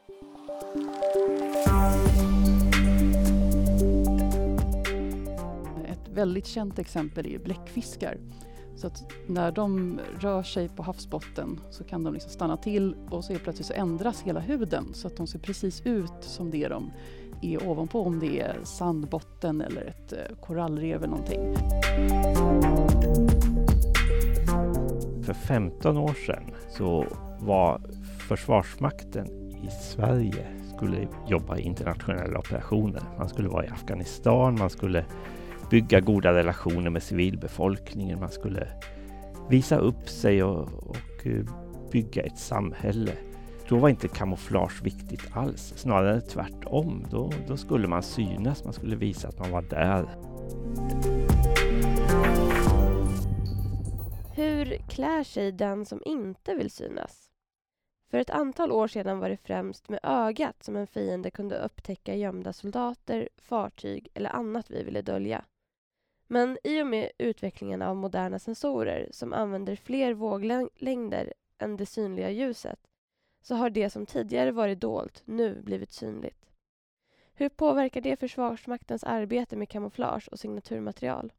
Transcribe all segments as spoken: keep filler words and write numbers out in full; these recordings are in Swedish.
Ett väldigt känt exempel är ju bläckfiskar. Så att när de rör sig på havsbotten så kan de liksom stanna till och så är plötsligt så ändras hela huden så att de ser precis ut som det de är ovanpå, om det är sandbotten eller ett korallrev eller någonting. För femton år sedan så var Försvarsmakten i Sverige skulle jobba i internationella operationer. Man skulle vara i Afghanistan, man skulle bygga goda relationer med civilbefolkningen, man skulle visa upp sig och, och bygga ett samhälle. Då var inte kamouflage viktigt alls, snarare tvärtom. Då, då skulle man synas, man skulle visa att man var där. Hur klär sig den som inte vill synas? För ett antal år sedan var det främst med ögat som en fiende kunde upptäcka gömda soldater, fartyg eller annat vi ville dölja. Men i och med utvecklingen av moderna sensorer som använder fler våglängder än det synliga ljuset så har det som tidigare varit dolt nu blivit synligt. Hur påverkar det Försvarsmaktens arbete med kamouflage och signaturmaterial?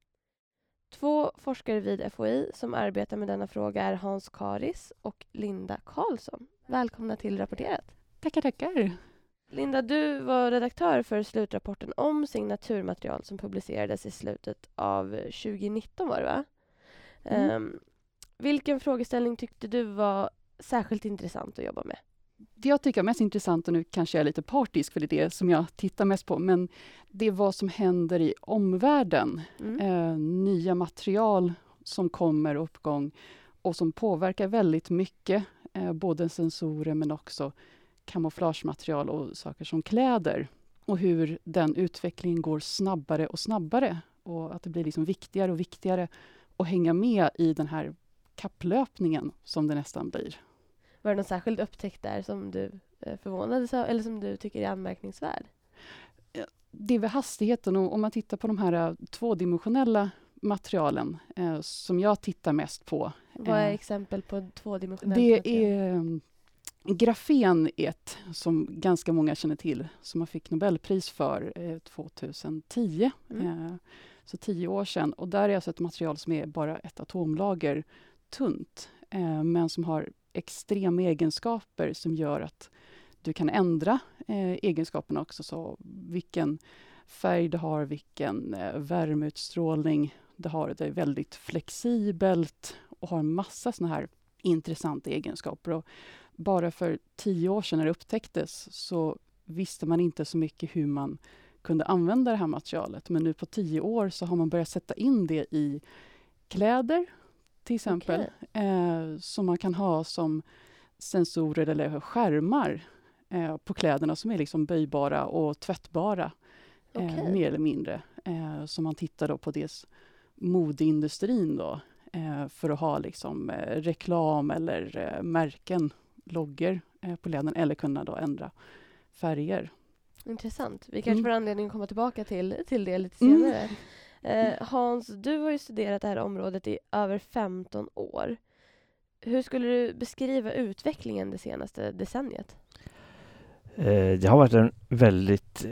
Två forskare vid F O I som arbetar med denna fråga är Hans Karis och Linda Karlsson. Välkomna till Rapporterat. Tackar, tackar. Linda, du var redaktör för slutrapporten om signaturmaterial som publicerades i slutet av tjugonitton var det va? Mm. Um, vilken frågeställning tyckte du var särskilt intressant att jobba med? Det jag tycker är mest intressant, och nu kanske jag är lite partisk för det är det som jag tittar mest på, men det är vad som händer i omvärlden. Mm. Eh, nya material som kommer uppgång och som påverkar väldigt mycket, eh, både sensorer men också kamouflagematerial och saker som kläder. Och hur den utvecklingen går snabbare och snabbare och att det blir liksom viktigare och viktigare att hänga med i den här kapplöpningen som det nästan blir. Var det någon särskild upptäckt där som du eh, förvånades av eller som du tycker är anmärkningsvärd? Det är väl hastigheten, och om man tittar på de här uh, tvådimensionella materialen eh, som jag tittar mest på. Vad är eh, exempel på tvådimensionella det material? Det är um, grafen ett som ganska många känner till som man fick Nobelpris för eh, tjugohundratio. Mm. Eh, så tio år sedan. Och där är alltså ett material som är bara ett atomlager tunt eh, men som har extrema egenskaper som gör att du kan ändra eh, egenskaperna också. Så vilken färg det har, vilken eh, värmeutstrålning det har. Det är väldigt flexibelt och har en massa såna här intressanta egenskaper. Och bara för tio år sedan när det upptäcktes så visste man inte så mycket hur man kunde använda det här materialet. Men nu på tio år så har man börjat sätta in det i kläder till exempel. Okay. Eh, som man kan ha som sensorer eller skärmar eh, på kläderna som är liksom böjbara och tvättbara. Eh, okay. Mer eller mindre. Eh, så man tittar då på dels modeindustrin då. Eh, för att ha liksom eh, reklam eller eh, märken, loggor eh, på kläderna. Eller kunna då ändra färger. Intressant. Vi kanske får mm. anledning att komma tillbaka till, till det lite senare. Mm. Eh, Hans, du har ju studerat det här området i över femton år. Hur skulle du beskriva utvecklingen det senaste decenniet? Eh, det har varit en väldigt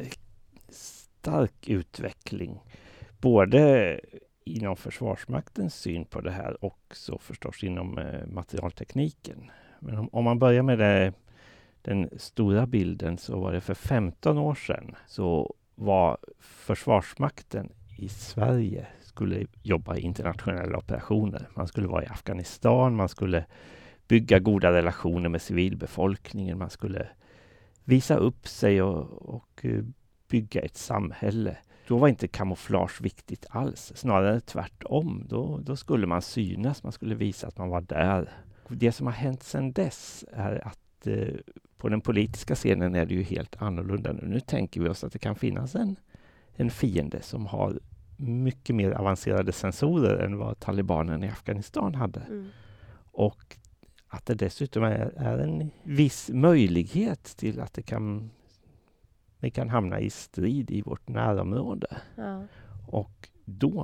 stark utveckling. Både inom Försvarsmaktens syn på det här och så förstås inom eh, materialtekniken. Men om, om man börjar med det, den stora bilden så var det för femton år sedan så var Försvarsmakten i Sverige skulle jobba i internationella operationer. Man skulle vara i Afghanistan, man skulle bygga goda relationer med civilbefolkningen, man skulle visa upp sig och, och bygga ett samhälle. Då var inte kamouflage viktigt alls, snarare tvärtom. Då, då skulle man synas, man skulle visa att man var där. Det som har hänt sedan dess är att eh, på den politiska scenen är det ju helt annorlunda nu. Nu tänker vi oss att det kan finnas en, en fiende som har mycket mer avancerade sensorer än vad talibanerna i Afghanistan hade. Mm. Och att det dessutom är, är en viss möjlighet till att det kan, det kan hamna i strid i vårt närområde. Ja. Och då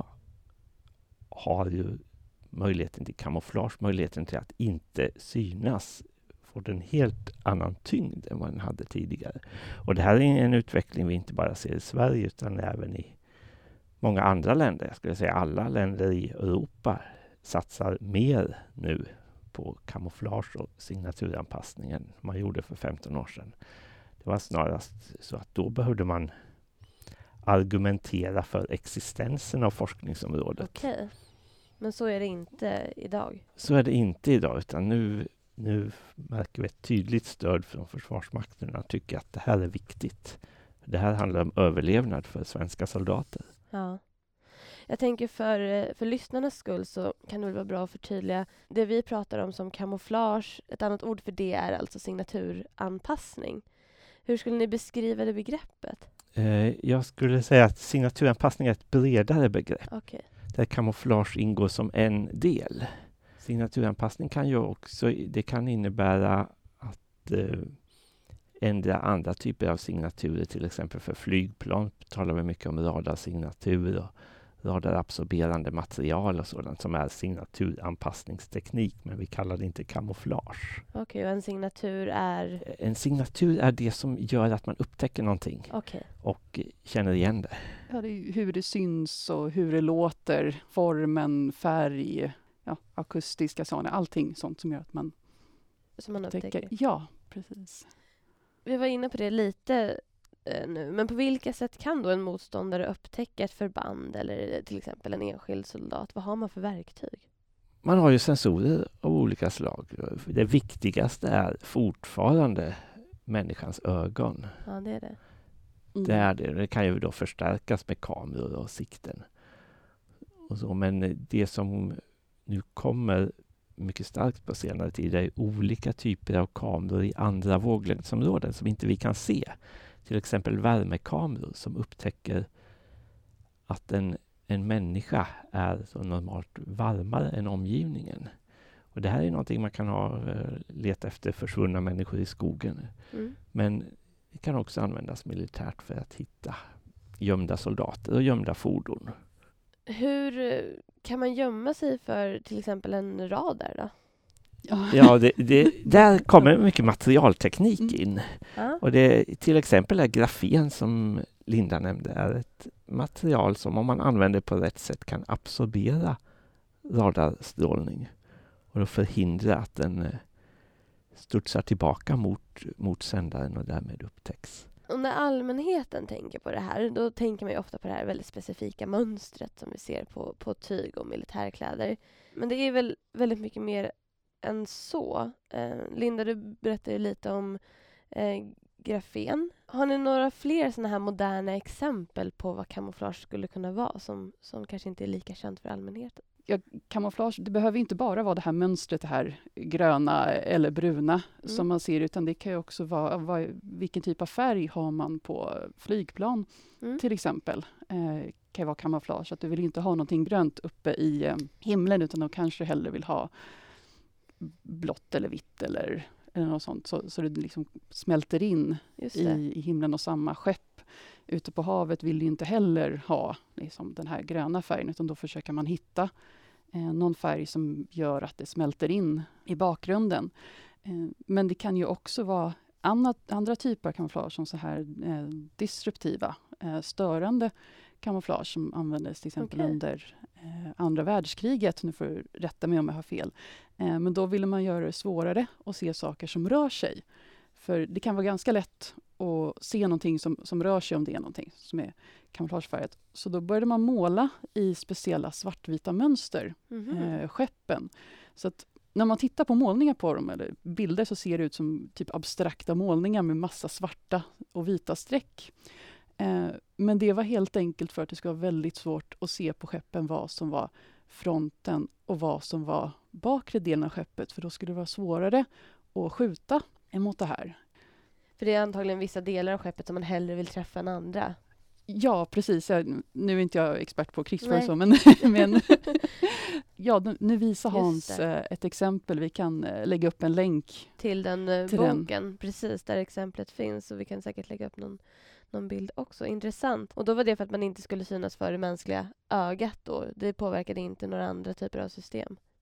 har ju möjligheten till kamouflage, möjligheten till att inte synas fått en helt annan tyngd än vad den hade tidigare. Och det här är en utveckling vi inte bara ser i Sverige utan även i många andra länder. Jag skulle säga alla länder i Europa satsar mer nu på kamouflage och signaturanpassning än man gjorde för femton år sedan. Det var snarast så att då behövde man argumentera för existensen av forskningsområdet. Okej, men så är det inte idag? Så är det inte idag, utan nu, nu märker vi ett tydligt stöd från Försvarsmakten och tycker att det här är viktigt. Det här handlar om överlevnad för svenska soldater. Ja. Jag tänker för, för lyssnarnas skull så kan det väl vara bra att förtydliga. Det vi pratar om som kamouflage, ett annat ord för det är alltså signaturanpassning. Hur skulle ni beskriva det begreppet? Eh, jag skulle säga att signaturanpassning är ett bredare begrepp. Okay. Där kamouflage ingår som en del. Signaturanpassning kan ju också, det kan innebära att eh, ändra andra typer av signaturer, till exempel för flygplan talar vi mycket om radarsignatur och radarabsorberande material och sådant som är signaturanpassningsteknik, men vi kallar det inte kamouflage. Okej, okay, och en signatur är? En signatur är det som gör att man upptäcker någonting okay. och känner igen det. Ja, det är hur det syns och hur det låter, formen, färg, ja, akustiska sådana, allting sånt som gör att man, som man upptäcker. upptäcker. Ja, precis. Vi var inne på det lite eh, nu, men på vilka sätt kan då en motståndare upptäcka ett förband eller till exempel en enskild soldat? Vad har man för verktyg? Man har ju sensorer av olika slag. Det viktigaste är fortfarande människans ögon. Ja, det är det. Mm. Det är det. Det kan ju då förstärkas med kameror och sikten. Och så, men det som nu kommer mycket starkt på senare tid är olika typer av kameror i andra våglängdsområden som inte vi kan se. Till exempel värmekameror som upptäcker att en, en människa är så normalt varmare än omgivningen. Och det här är någonting man kan ha, leta efter försvunna människor i skogen. Mm. Men det kan också användas militärt för att hitta gömda soldater och gömda fordon. Hur kan man gömma sig för till exempel en radar då? Ja, det, det, där kommer mycket materialteknik in. Mm. Och det, till exempel är grafen som Linda nämnde är ett material som om man använder på rätt sätt kan absorbera radarstrålning och då förhindra att den studsar tillbaka mot, mot sändaren och därmed upptäcks. Och när allmänheten tänker på det här, då tänker man ju ofta på det här väldigt specifika mönstret som vi ser på, på tyg och militärkläder. Men det är väl väldigt mycket mer än så. Eh, Linda, du berättade lite om eh, grafen. Har ni några fler sådana här moderna exempel på vad kamouflage skulle kunna vara som, som kanske inte är lika känt för allmänheten? Ja, kamouflage, det behöver inte bara vara det här mönstret, det här gröna eller bruna mm. som man ser, utan det kan ju också vara vad, vilken typ av färg har man på flygplan mm. till exempel. Eh, kan ju vara kamouflage, att du vill inte ha någonting grönt uppe i eh, himlen, utan du kanske hellre vill ha blått eller vitt eller, eller något sånt, så, så det liksom smälter in i, i himlen. Och samma skepp ute på havet vill ju inte heller ha liksom, den här gröna färgen, utan då försöker man hitta eh, någon färg som gör att det smälter in i bakgrunden. Eh, men det kan ju också vara annat, andra typer av kamouflage som så här eh, disruptiva, eh, störande kamouflage som användes till exempel okay. under eh, andra världskriget. Nu får du rätta mig om jag har fel. Eh, men då ville man göra det svårare att se saker som rör sig. För det kan vara ganska lätt att se någonting som, som rör sig om det är någonting som är kamouflagefärgat. Så då började man måla i speciella svartvita mönster, mm-hmm. eh, skeppen. Så att när man tittar på målningar på dem eller bilder så ser det ut som typ abstrakta målningar med massa svarta och vita streck. Eh, men det var helt enkelt för att det skulle vara väldigt svårt att se på skeppen vad som var fronten och vad som var bakre delen av skeppet. För då skulle det vara svårare att skjuta emot det här. För det är antagligen vissa delar av skeppet som man hellre vill träffa än andra. Ja, precis. Jag, nu är inte jag expert på krigsföring så, men, men ja, nu visar Hans ett exempel. Vi kan lägga upp en länk till den till boken, den. Precis där exemplet finns, och vi kan säkert lägga upp någon, någon bild också. Intressant. Och då var det för att man inte skulle synas för det mänskliga ögat då. Det påverkade inte några andra typer av system.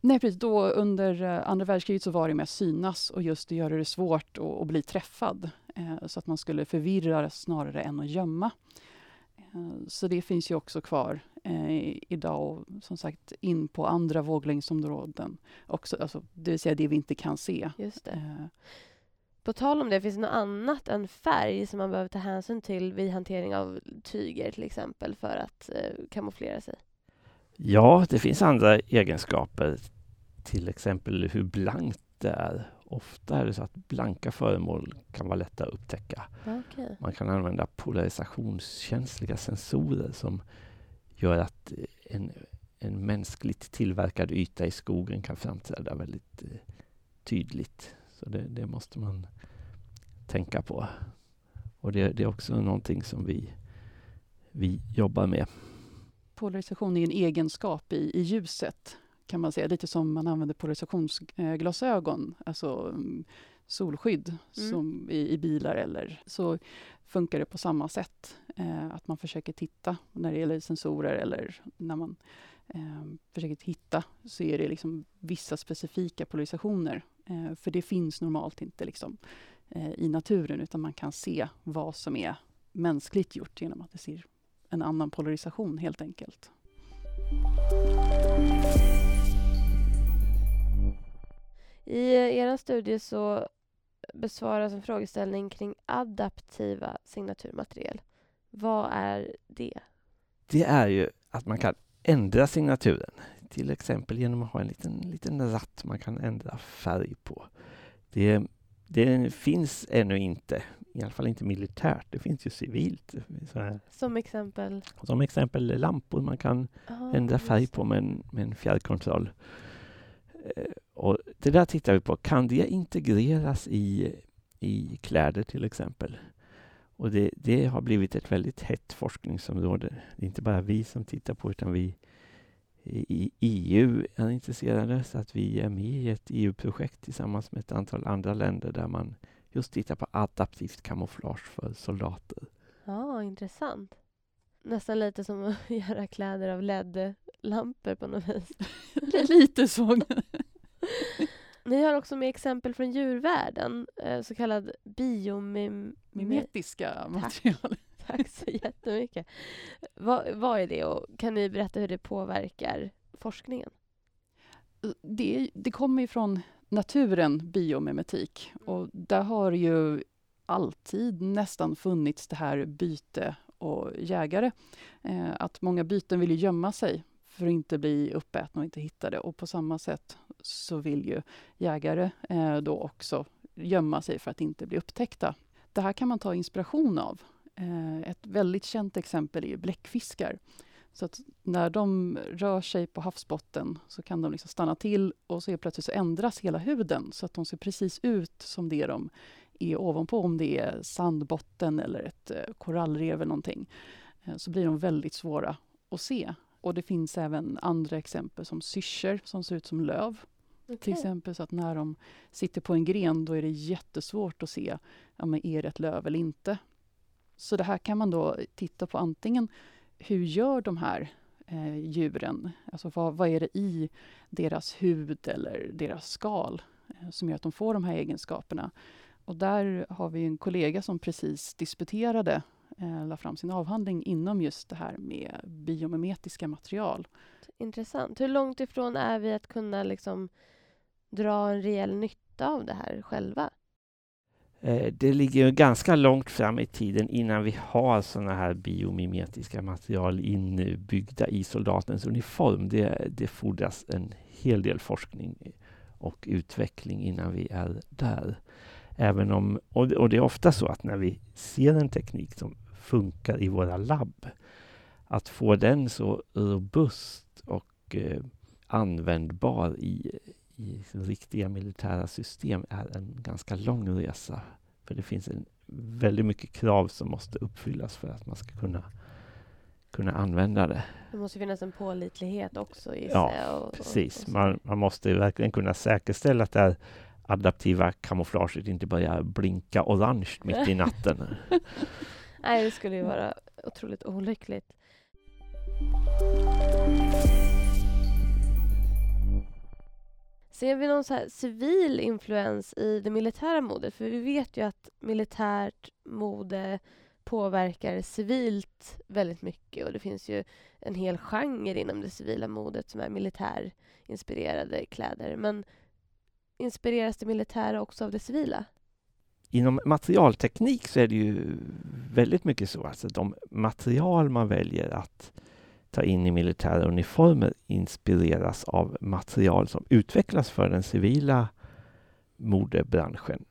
Nej, precis. Då under eh, andra världskriget så var det med att synas och just det göra det svårt att, att bli träffad. Eh, så att man skulle förvirra snarare än att gömma. Eh, så det finns ju också kvar eh, idag och som sagt in på andra våglängdsområden också. Alltså, det vill säga det vi inte kan se. Just det. Eh, På tal om det, finns det något annat än färg som man behöver ta hänsyn till vid hantering av tyger till exempel för att eh, kamouflera sig? Ja, det finns andra egenskaper. Till exempel hur blankt det är. Ofta är det så att blanka föremål kan vara lätta att upptäcka. Okay. Man kan använda polarisationskänsliga sensorer som gör att en, en mänskligt tillverkad yta i skogen kan framträda väldigt eh, tydligt. Så det, det måste man tänka på. Och det, det är också någonting som vi, vi jobbar med. Polarisation är en egenskap i, i ljuset kan man säga. Lite som man använder polarisationsglasögon, alltså um, solskydd mm. som i, i bilar. Eller så funkar det på samma sätt. Eh, att man försöker titta när det gäller sensorer eller när man eh, försöker hitta så är det liksom vissa specifika polarisationer. Eh, för det finns normalt inte liksom, eh, i naturen utan man kan se vad som är mänskligt gjort genom att det ser en annan polarisation helt enkelt. I er studie så besvaras en frågeställning kring adaptiva signaturmaterial. Vad är det? Det är ju att man kan ändra signaturen. Till exempel genom att ha en liten, liten ratt man kan ändra färg på. Det, det finns ännu inte, i alla fall inte militärt. Det finns ju civilt. Så här. Som exempel? Som exempel lampor man kan Aha, ändra färg på med en, med en fjärrkontroll. Eh, och det där tittar vi på. Kan det integreras i, i kläder till exempel? Och det, det har blivit ett väldigt hett forskningsområde. Det är inte bara vi som tittar på utan vi i E U är intresserade så att vi är med i ett E U-projekt tillsammans med ett antal andra länder där man just tittar på adaptivt kamouflage för soldater. Ja, intressant. Nästan lite som att göra kläder av L E D-lampor på något vis. Lite så. Ni har också med exempel från djurvärlden, så kallad biomim... mimetiska material. Tack så jättemycket. Vad, vad är det och kan ni berätta hur det påverkar forskningen? Det, det kommer ju från naturen, biomimetik. Och där har ju alltid nästan funnits det här byte och jägare. Eh, att många byten vill ju gömma sig för att inte bli uppätna och inte hittade. Och på samma sätt så vill ju jägare eh, då också gömma sig för att inte bli upptäckta. Det här kan man ta inspiration av. Ett väldigt känt exempel är ju bläckfiskar. Så att när de rör sig på havsbotten så kan de liksom stanna till och så plötsligt så ändras hela huden så att de ser precis ut som det de är ovanpå. Om det är sandbotten eller ett korallrev eller någonting så blir de väldigt svåra att se. Och det finns även andra exempel som syrsor som ser ut som löv. Okay. Till exempel så att när de sitter på en gren då är det jättesvårt att se om ja, är det ett löv eller inte. Så det här kan man då titta på antingen hur gör de här eh, djuren, alltså vad, vad är det i deras hud eller deras skal eh, som gör att de får de här egenskaperna. Och där har vi en kollega som precis disputerade, eh, la fram sin avhandling inom just det här med biomimetiska material. Intressant. Hur långt ifrån är vi att kunna liksom dra en rejäl nytta av det här själva? Det ligger ganska långt fram i tiden innan vi har sådana här biomimetiska material inbyggda i soldatens uniform. Det, det fordras en hel del forskning och utveckling innan vi är där. Även om, och det är ofta så att när vi ser en teknik som funkar i våra labb, att få den så robust och eh, användbar i i riktiga militära system är en ganska lång resa. För det finns en väldigt mycket krav som måste uppfyllas för att man ska kunna, kunna använda det. Det måste finnas en pålitlighet också i ja, sig. Och, precis. Och, och man, man måste verkligen kunna säkerställa att det här adaptiva kamouflaget inte börjar blinka orange mitt i natten. Nej, det skulle ju vara otroligt olyckligt. Ser vi någon så här civil influens i det militära modet? För vi vet ju att militärt mode påverkar civilt väldigt mycket. Och det finns ju en hel genre inom det civila modet som är militärinspirerade kläder. Men inspireras det militära också av det civila? Inom materialteknik så är det ju väldigt mycket så. Alltså de material man väljer att ta in i militära uniformer inspireras av material som utvecklas för den civila modebranschen.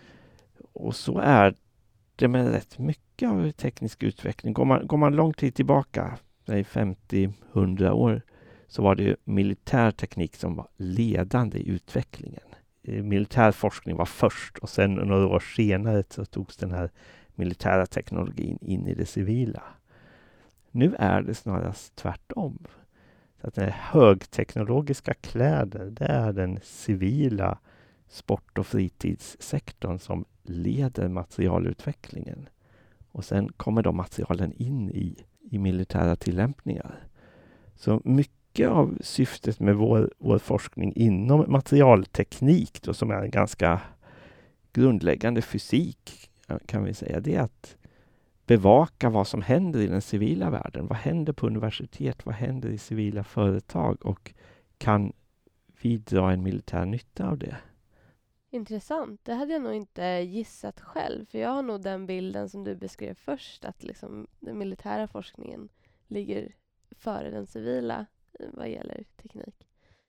Och så är det med rätt mycket av teknisk utveckling. Går man, går man lång tid tillbaka, femtio till hundra år, så var det militär teknik som var ledande i utvecklingen. Militär forskning var först och sen några år senare så togs den här militära teknologin in i det civila. Nu är det snarast tvärtom. Så att den här högteknologiska kläder, det är den civila sport- och fritidssektorn som leder materialutvecklingen. Och sen kommer de materialen in i, i militära tillämpningar. Så mycket av syftet med vår, vår forskning inom materialteknik, då, som är en ganska grundläggande fysik, kan vi säga, det är att bevaka vad som händer i den civila världen. Vad händer på universitet? Vad händer i civila företag? Och kan vi dra en militär nytta av det? Intressant. Det hade jag nog inte gissat själv. För jag har nog den bilden som du beskrev först. Att liksom den militära forskningen ligger före den civila vad gäller teknik.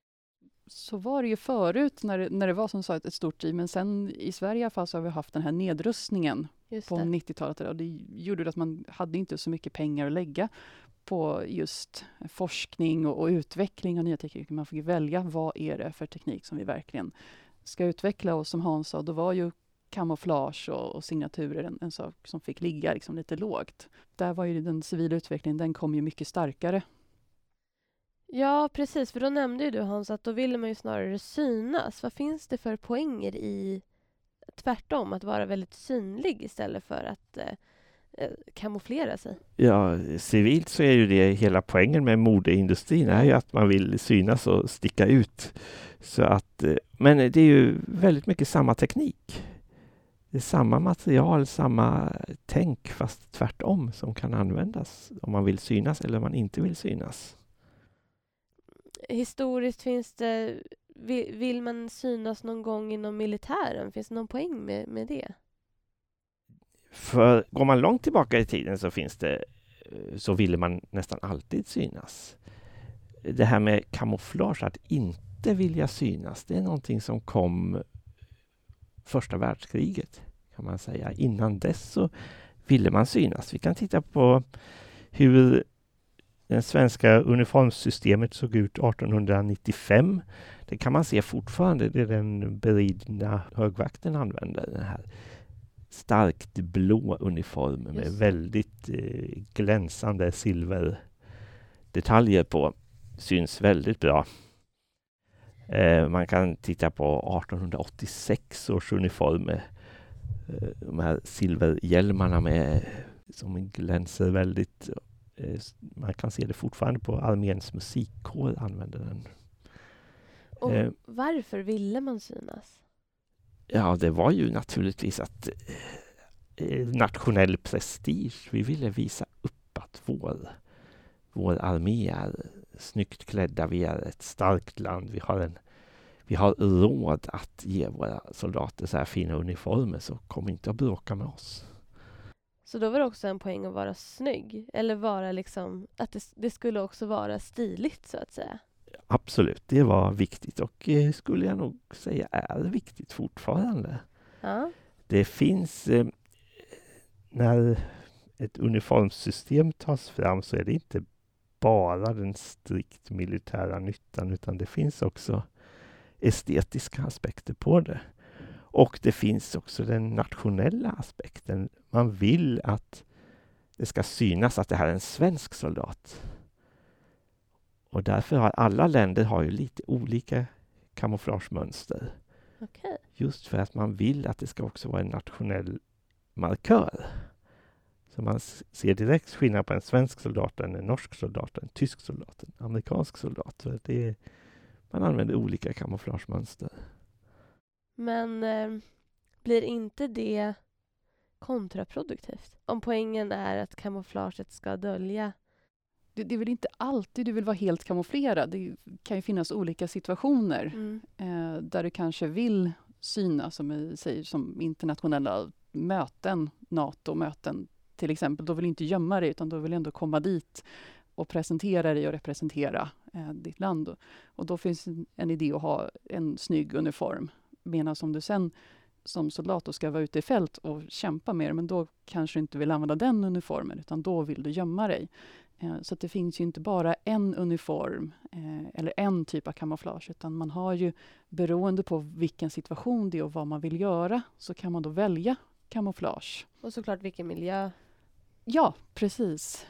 Så var det ju förut när det, när det var som sagt ett stort team. Men sen i Sverige i alla fall så har vi haft den här nedrustningen Just på det. nittiotalet. Och det gjorde att man hade inte så mycket pengar att lägga på just forskning och, och utveckling av nya tekniker. Man fick välja vad är det för teknik som vi verkligen ska utveckla. Och som Hans sa, då var ju kamouflage och, och signaturer en, en sak som fick ligga liksom lite lågt. Där var ju den civila utvecklingen, den kom ju mycket starkare. Ja, precis. För då nämnde ju du, Hans, att då ville man ju snarare synas. Vad finns det för poänger i tvärtom att vara väldigt synlig istället för att eh, kamouflera sig? Ja, civilt så är ju det hela poängen med modeindustrin är ju att man vill synas och sticka ut. Så att, men det är ju väldigt mycket samma teknik. Det är samma material, samma tänk fast tvärtom som kan användas om man vill synas eller om man inte vill synas. Historiskt finns det, vill, vill man synas någon gång inom militären? Finns det någon poäng med, med det? För går man långt tillbaka i tiden så finns det, så ville man nästan alltid synas. Det här med kamouflage, att inte vilja synas, det är någonting som kom första världskriget kan man säga. Innan dess så ville man synas. Vi kan titta på hur det svenska uniformssystemet såg ut artonhundranittiofem. Det kan man se fortfarande. Det är den beridna högvakten använder. Den här starkt blå uniform med Just. väldigt eh, glänsande silverdetaljer på. Syns väldigt bra. Eh, man kan titta på artonhundraåttiosex års uniform med eh, de här silverhjälmarna med, som glänser väldigt. Eh, man kan se det fortfarande på arméns musikkår använder den. Och Eh, varför ville man synas? Ja, det var ju naturligtvis att eh, nationell prestige. Vi ville visa upp att vår, vår armé är snyggt klädda. Vi är ett starkt land. Vi har, en, vi har råd att ge våra soldater så här fina uniformer, så kom inte att bråka med oss. Så då var det också en poäng att vara snygg. Eller vara liksom, att det, det skulle också vara stiligt så att säga. Absolut, det var viktigt och eh, skulle jag nog säga är viktigt fortfarande. Ja. Det finns, eh, när ett uniformssystem tas fram så är det inte bara den strikt militära nyttan, utan det finns också estetiska aspekter på det. Och det finns också den nationella aspekten. Man vill att det ska synas att det här är en svensk soldat. Och därför har alla länder har ju lite olika kamouflagemönster. Okej. Just för att man vill att det ska också vara en nationell markör. Så man ser direkt skillnad på en svensk soldat, en norsk soldat, en tysk soldat, en amerikansk soldat. Så det är man använder olika kamouflagemönster. Men eh, blir inte det kontraproduktivt? Om poängen är att kamouflaget ska dölja. Det, det är väl inte alltid du vill vara helt kamouflerad. Det kan ju finnas olika situationer Mm. eh, där du kanske vill synas, som vi säger, som internationella möten, NATO-möten till exempel. Då vill du inte gömma dig, utan då vill du ändå komma dit och presentera dig och representera eh, ditt land. Och då finns en idé att ha en snygg uniform. Medan om du sen som soldat då ska vara ute i fält och kämpa med det, men då kanske du inte vill använda den uniformen, utan då vill du gömma dig. Eh, så att det finns ju inte bara en uniform eh, eller en typ av kamouflage, utan man har ju, beroende på vilken situation det är och vad man vill göra, så kan man då välja kamouflage. Och såklart vilken miljö. Ja, precis.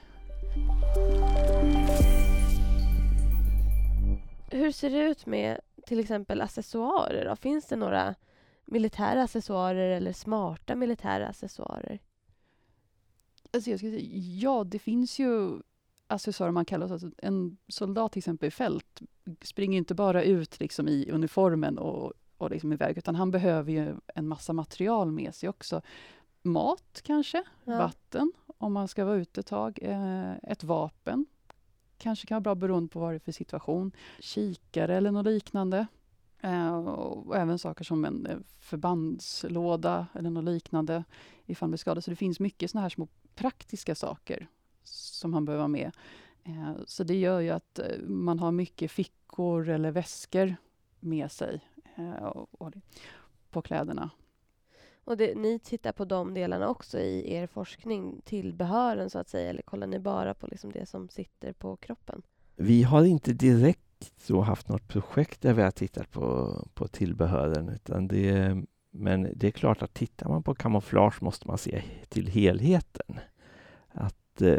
Hur ser det ut med till exempel accessoarer då? Finns det några militära accessoarer eller smarta militära accessoarer? Alltså jag ska säga, ja, det finns ju accessoarer man kallar. Alltså en soldat till exempel i fält springer inte bara ut liksom i uniformen och, och liksom iväg, utan han behöver ju en massa material med sig också. Mat kanske, Ja. vatten om man ska vara ute ett tag, eh, ett vapen. Kanske kan vara bra beroende på vad det är för situation. Kikare eller något liknande. Eh, och även saker som en eh, förbandslåda eller något liknande ifall det skadar. Så det finns mycket såna här små praktiska saker som han behöver ha med. Eh, så det gör ju att eh, man har mycket fickor eller väskor med sig eh, och, och på kläderna. Och det, ni tittar på de delarna också i er forskning, tillbehören så att säga, eller kollar ni bara på liksom det som sitter på kroppen? Vi har inte direkt så haft något projekt där vi har tittat på, på tillbehören, utan det, men det är klart att tittar man på kamouflage måste man se till helheten. Att eh,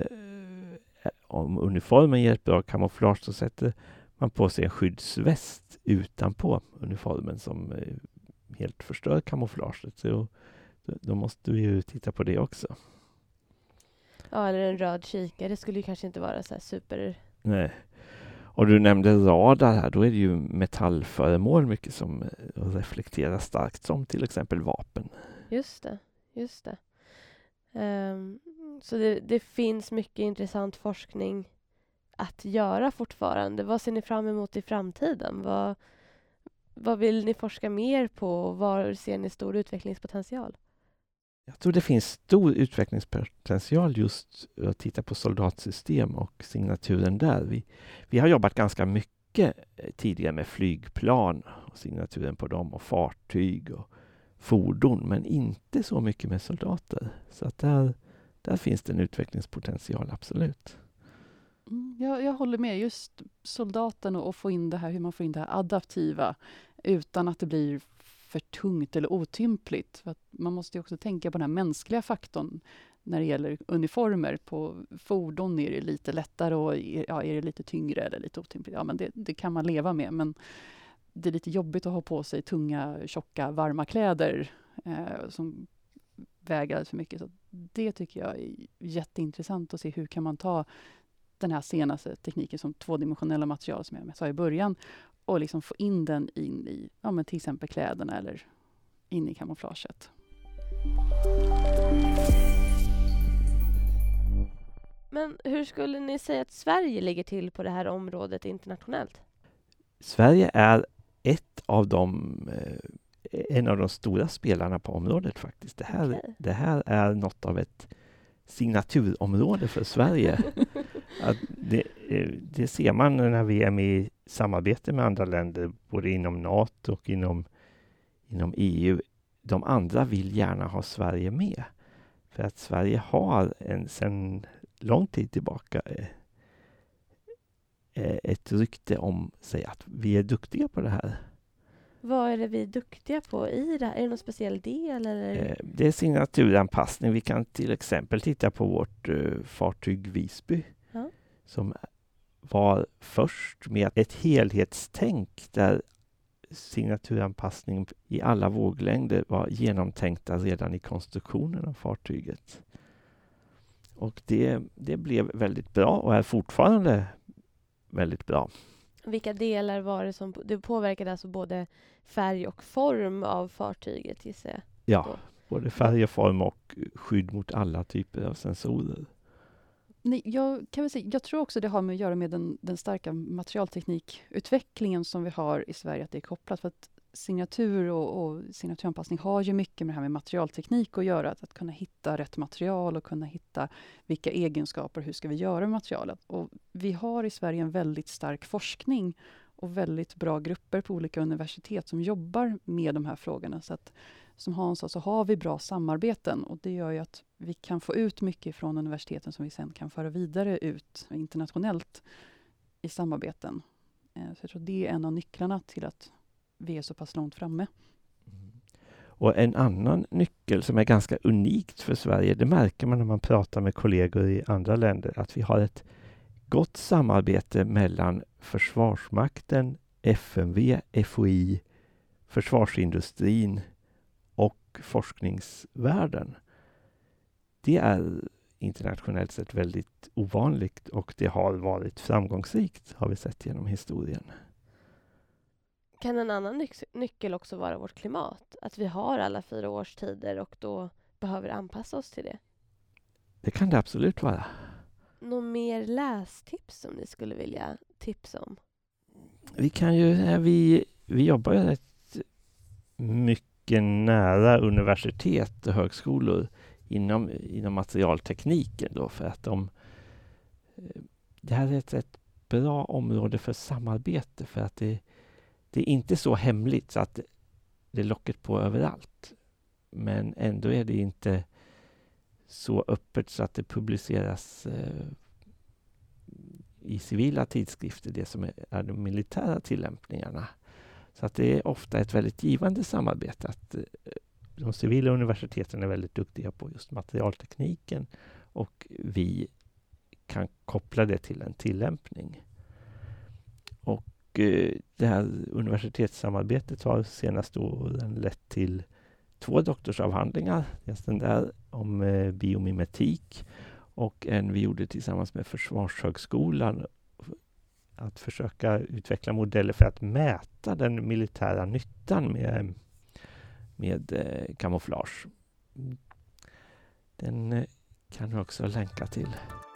om uniformen ger ett bra kamouflage, så sätter man på sig en skyddsväst utanpå uniformen som eh, helt förstör kamouflaget. Så då måste vi ju titta på det också. Ja, eller en röd kikare. Det skulle ju kanske inte vara så här super... Nej. Och du nämnde radar här, då är det ju metallföremål mycket som reflekterar starkt, som till exempel vapen. Just det, just det. Um, så det, det finns mycket intressant forskning att göra fortfarande. Vad ser ni fram emot i framtiden? Vad, vad vill ni forska mer på? Var ser ni stor utvecklingspotential? Jag tror det finns stor utvecklingspotential just att titta på soldatsystem och signaturen där. Vi, vi har jobbat ganska mycket tidigare med flygplan och signaturen på dem och fartyg och fordon, men inte så mycket med soldater. Så att där, där finns det en utvecklingspotential, absolut. Mm, jag, jag håller med. Just soldaten och, och få in det här, hur man får in det här adaptiva utan att det blir för tungt eller otympligt. För att man måste ju också tänka på den här mänskliga faktorn när det gäller uniformer. På fordon är det lite lättare och ja, är det lite tyngre eller lite otympligt. Ja, men det, det kan man leva med. Men det är lite jobbigt att ha på sig tunga, tjocka, varma kläder eh, som väger alldeles för mycket. Så det tycker jag är jätteintressant att se. Hur kan man ta den här senaste tekniken som tvådimensionella material som jag sa i början och liksom få in den in i ja, men till exempel kläderna eller in i kamouflaget. Men hur skulle ni säga att Sverige ligger till på det här området internationellt? Sverige är ett av de, en av de stora spelarna på området faktiskt. Det här, Okay. det här är något av ett signaturområde för Sverige. Att det, det ser man när vi är med i samarbete med andra länder, både inom NATO och inom, inom E U. De andra vill gärna ha Sverige med. För att Sverige har en, sedan lång tid tillbaka ett rykte om sig att vi är duktiga på det här. Vad är det vi är duktiga på i det här? Är det någon speciell del? Eller? Det är signaturanpassning. Vi kan till exempel titta på vårt uh, fartyg Visby. Ja. Som var först med ett helhetstänk där signaturanpassning i alla våglängder var genomtänkta redan i konstruktionen av fartyget. Och det, det blev väldigt bra och är fortfarande väldigt bra. Vilka delar var det som det påverkade, alltså både färg och form av fartyget, gissar jag? Ja, Då. både färg och form och skydd mot alla typer av sensorer. Nej, jag, kan väl säga, jag tror också det har med att göra med den, den starka materialteknikutvecklingen som vi har i Sverige, att det är kopplat. För att signatur och, och signaturanpassning har ju mycket med det här med materialteknik att göra. Att, att kunna hitta rätt material och kunna hitta vilka egenskaper, hur ska vi göra med materialet. Och vi har i Sverige en väldigt stark forskning och väldigt bra grupper på olika universitet som jobbar med de här frågorna. Så att, som Hans sa, så har vi bra samarbeten, och det gör ju att vi kan få ut mycket från universiteten som vi sen kan föra vidare ut internationellt i samarbeten. Så jag tror det är en av nycklarna till att vi är så pass långt framme. Mm. Och en annan nyckel som är ganska unikt för Sverige, det märker man när man pratar med kollegor i andra länder, att vi har ett gott samarbete mellan Försvarsmakten, F M V, F O I, försvarsindustrin och forskningsvärlden. Det är internationellt sett väldigt ovanligt, och det har varit framgångsrikt, har vi sett genom historien. Kan en annan nyc- nyckel också vara vårt klimat? Att vi har alla fyra årstider och då behöver anpassa oss till det? Det kan det absolut vara. Något mer lästips som ni skulle vilja tipsa om? Vi kan ju, vi, vi jobbar ju rätt mycket nära universitet och högskolor inom, inom materialtekniken då, för att de, det här är ett, ett bra område för samarbete, för att det, det är inte så hemligt så att det är locket på överallt, men ändå är det inte så öppet så att det publiceras eh, i civila tidskrifter, det som är, är de militära tillämpningarna. Så att det är ofta ett väldigt givande samarbete, att eh, de civila universiteten är väldigt duktiga på just materialtekniken, och vi kan koppla det till en tillämpning. Och eh, det här universitetssamarbetet har senaste åren lett till två doktorsavhandlingar. Just den där om eh, biomimetik, och en vi gjorde tillsammans med Försvarshögskolan, att försöka utveckla modeller för att mäta den militära nyttan med, med eh, kamouflage. Den eh, kan du också länka till.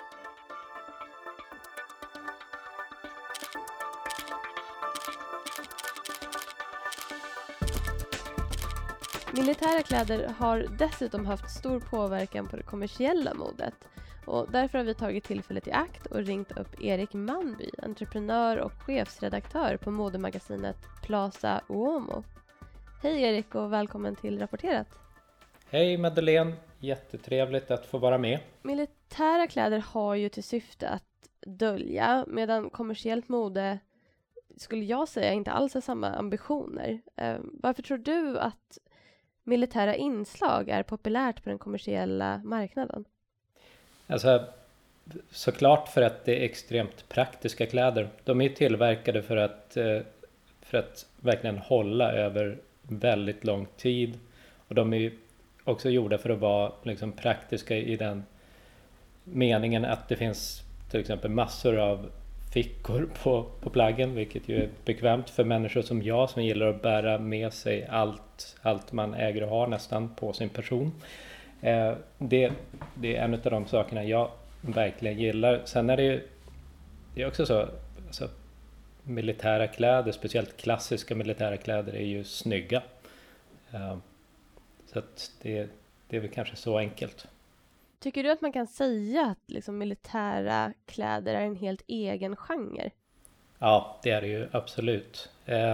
Militära kläder har dessutom haft stor påverkan på det kommersiella modet. Och därför har vi tagit tillfället i akt och ringt upp Erik Manby, entreprenör och chefsredaktör på modemagasinet Plaza Uomo. Hej Erik och välkommen till Rapporterat. Hej Madeleine, jättetrevligt att få vara med. Militära kläder har ju till syfte att dölja, medan kommersiellt mode, skulle jag säga, inte alls har samma ambitioner. Eh, varför tror du att militära inslag är populärt på den kommersiella marknaden? Alltså, såklart för att det är extremt praktiska kläder. De är tillverkade för att, för att verkligen hålla över väldigt lång tid. Och de är också gjorda för att vara liksom praktiska i den meningen att det finns till exempel massor av fickor på, på plaggen, vilket ju är bekvämt för människor som jag som gillar att bära med sig allt, allt man äger och har nästan på sin person. Eh, det, det är en av de sakerna jag verkligen gillar. Sen är det ju det är också så, alltså, militära kläder, speciellt klassiska militära kläder, är ju snygga. Eh, så att det, det är väl kanske så enkelt. Tycker du att man kan säga att liksom militära kläder är en helt egen genre? Ja, det är det ju absolut. Eh,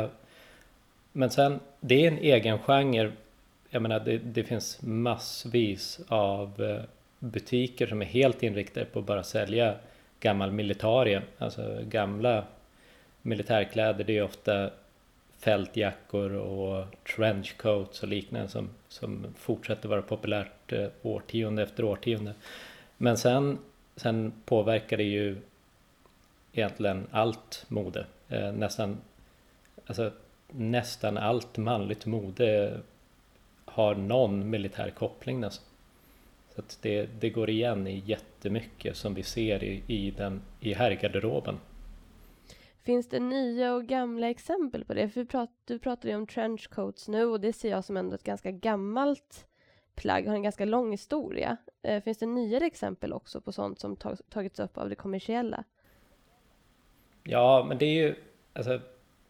men sen, det är en egen genre. Jag menar, det, det finns massvis av eh, butiker som är helt inriktade på att bara sälja gammal militarie. Alltså gamla militärkläder, det är ofta fältjackor och trenchcoats och liknande som, som fortsätter vara populärt eh, årtionde efter årtionde. Men sen, sen påverkar det ju egentligen allt mode. Eh, nästan, alltså, nästan allt manligt mode har någon militär koppling nästan. Så att det, det går igen i jättemycket som vi ser i, i, den, i herrgarderoben. Finns det nya och gamla exempel på det? För du, prat, du pratade ju om trenchcoats nu och det ser jag som ändå ett ganska gammalt plagg, har en ganska lång historia. Eh, finns det nyare exempel också på sånt som tag, tagits upp av det kommersiella? Ja, men det är ju alltså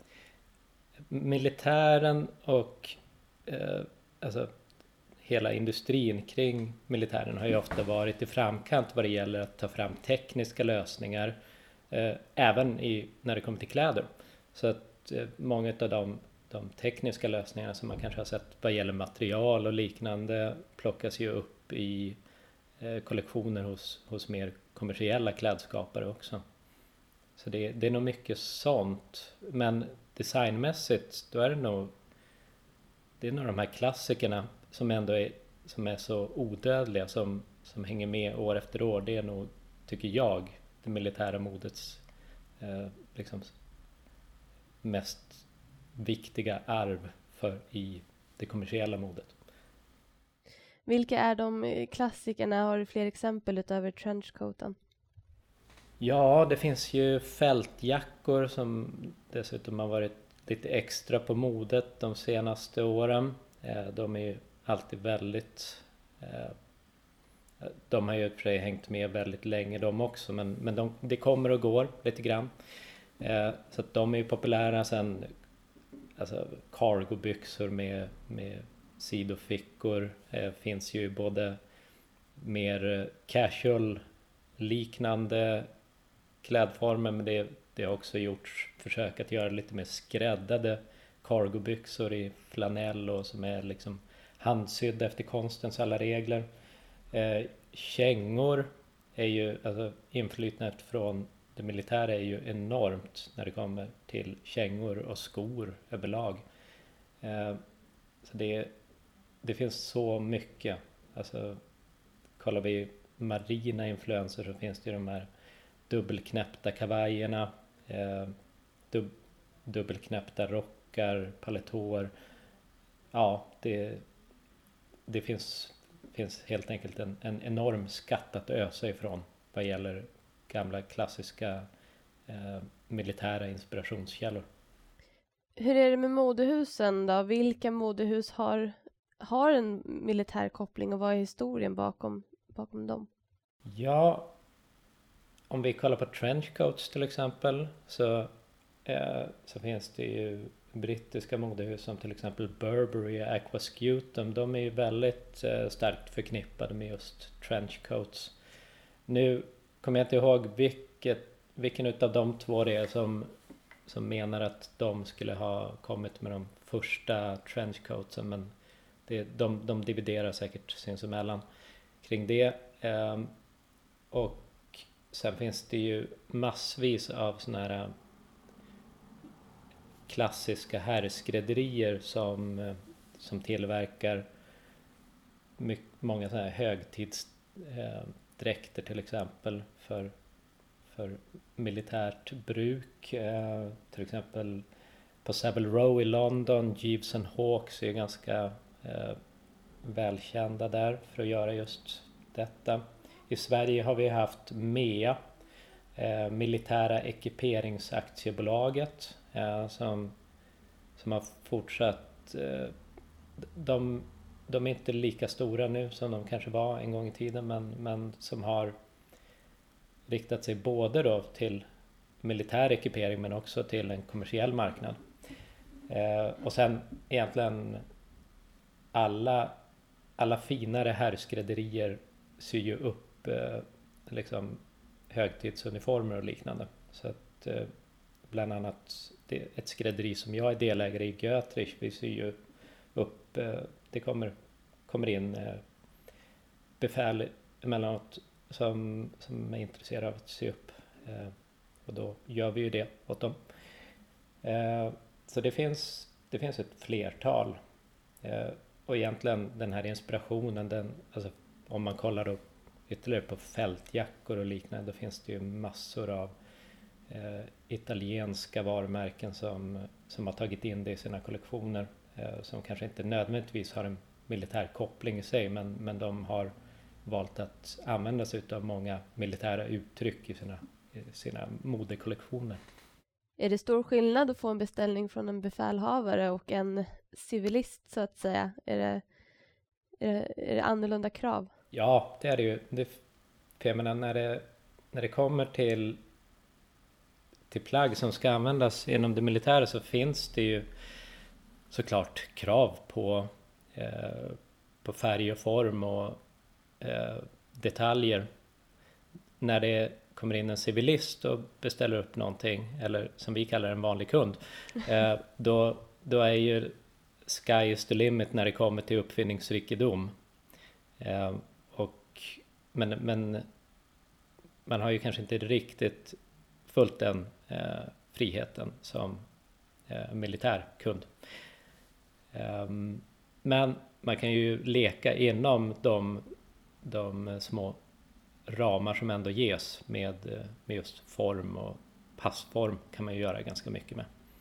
militären och eh, alltså hela industrin kring militären har ju ofta varit i framkant vad det gäller att ta fram tekniska lösningar, eh, även i, när det kommer till kläder. Så att eh, många av de, de tekniska lösningarna som man kanske har sett vad gäller material och liknande plockas ju upp i eh, kollektioner hos, hos mer kommersiella klädskapare också. Så det, det är nog mycket sånt. Men designmässigt då är det nog det är nog de här klassikerna som ändå är, som är så odödliga, som, som hänger med år efter år. Det är nog, tycker jag, det militära modets eh, liksom mest viktiga arv för i det kommersiella modet. Vilka är de klassikerna? Har du fler exempel utöver trenchcoaten? Ja, det finns ju fältjackor som dessutom har varit lite extra på modet de senaste åren. De är ju alltid väldigt... De har ju i och för sig hängt med väldigt länge de också, men, men de, det kommer och går lite grann. Så att de är ju populära. Sen alltså cargobyxor med, med sidofickor finns ju både mer casual liknande klädformer, men det, det har också gjorts försök att göra lite mer skräddade cargobyxor i flanell och som är liksom handsydda efter konstens alla regler. Eh, kängor är ju, alltså inflytandet från det militära är ju enormt när det kommer till kängor och skor överlag. Eh, så det, det finns så mycket. Alltså kollar vi marina influenser så finns det ju de här dubbelknäppta kavajerna, eh, dub, dubbelknäppta rockar, paletåer. Ja, det, det finns, finns helt enkelt en, en enorm skatt att ösa ifrån vad gäller gamla klassiska eh, militära inspirationskällor. Hur är det med modehusen då? Vilka modehus har, har en militär koppling och vad är historien bakom, bakom dem? Ja, om vi kollar på trenchcoats till exempel så, eh, så finns det ju brittiska modehus som till exempel Burberry och Aquascutum. De är ju väldigt eh, starkt förknippade med just trenchcoats. Nu kommer jag inte ihåg vilket, vilken utav de två det är som, som menar att de skulle ha kommit med de första trenchcoatsen, men det, de, de dividerar säkert sinsemellan kring det. Eh, och sen finns det ju massvis av såna här klassiska herrskrädderier som, som tillverkar mycket, många såna här högtidsdräkter till exempel för, för militärt bruk. Till exempel på Savile Row i London, Jeeves and Hawks är ganska eh, välkända där för att göra just detta. I Sverige har vi haft M E A, eh, Militära Ekiperingsaktiebolaget, eh, som, som har fortsatt. Eh, de, de är inte lika stora nu som de kanske var en gång i tiden, men, men som har riktat sig både då till militär ekipering men också till en kommersiell marknad. Eh, och sen egentligen alla, alla finare herrskrädderier syr ju upp liksom högtidsuniformer och liknande. Så att bland annat det, ett skrädderi som jag är delägare i, Götrich, vi syr ju upp, det kommer, kommer in befäl emellanåt som, som är intresserade av att sy upp, och då gör vi ju det åt dem. Så det finns, det finns ett flertal, och egentligen den här inspirationen, den, alltså om man kollar då ytterligare på fältjackor och liknande, då finns det ju massor av eh, italienska varumärken som, som har tagit in det i sina kollektioner, eh, som kanske inte nödvändigtvis har en militär koppling i sig, men, men de har valt att använda sig av många militära uttryck i sina, i sina modekollektioner. Är det stor skillnad att få en beställning från en befälhavare och en civilist så att säga? Är det, är det, är det annorlunda krav? Ja, det är det ju. Det, för jag menar, när det, när det kommer till, till plagg som ska användas inom det militära så finns det ju såklart krav på, eh, på färg och form och eh, detaljer. När det kommer in en civilist och beställer upp någonting, eller som vi kallar en vanlig kund, eh, då, då är ju sky is the limit när det kommer till uppfinningsrikedom. Eh, och, men, men man har ju kanske inte riktigt fullt den eh, friheten som eh, militärkund. Eh, men man kan ju leka inom de, de små ramar som ändå ges med, med just form och passform kan man ju göra ganska mycket med.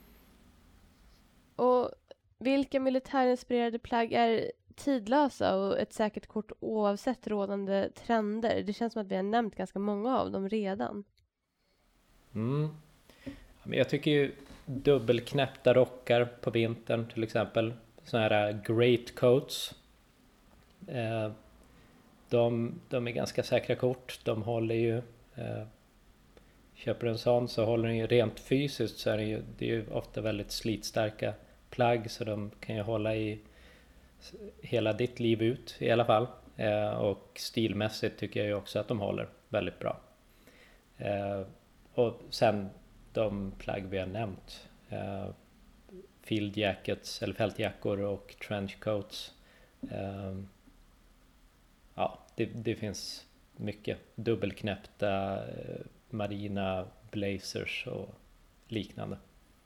Och vilka militärinspirerade plagg är tidlösa och ett säkert kort oavsett rådande trender? Det känns som att vi har nämnt ganska många av dem redan. Mm. Men jag tycker ju dubbelknäppta rockar på vintern till exempel. Såna här great coats. Eh, de, de är ganska säkra kort. De håller ju... Eh, köper en sån så håller den ju rent fysiskt så är det ju, det är ju ofta väldigt slitstarka plagg så de kan ju hålla i hela ditt liv ut i alla fall. Eh, och stilmässigt tycker jag ju också att de håller väldigt bra. Eh, och sen de plagg vi har nämnt. Eh, field jackets eller fältjackor och trenchcoats. Eh, ja, det, det finns mycket dubbelknäppta eh, marina blazers och liknande.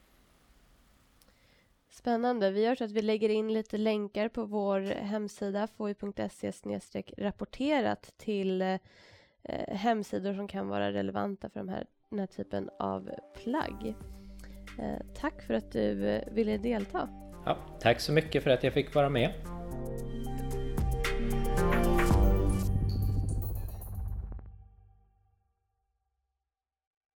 Spännande. Vi gör så att vi lägger in lite länkar på vår hemsida f o i punkt se snedstreck rapporterat till eh, hemsidor som kan vara relevanta för de här, den här typen av plagg. Eh, tack för att du eh, ville delta. Ja, tack så mycket för att jag fick vara med.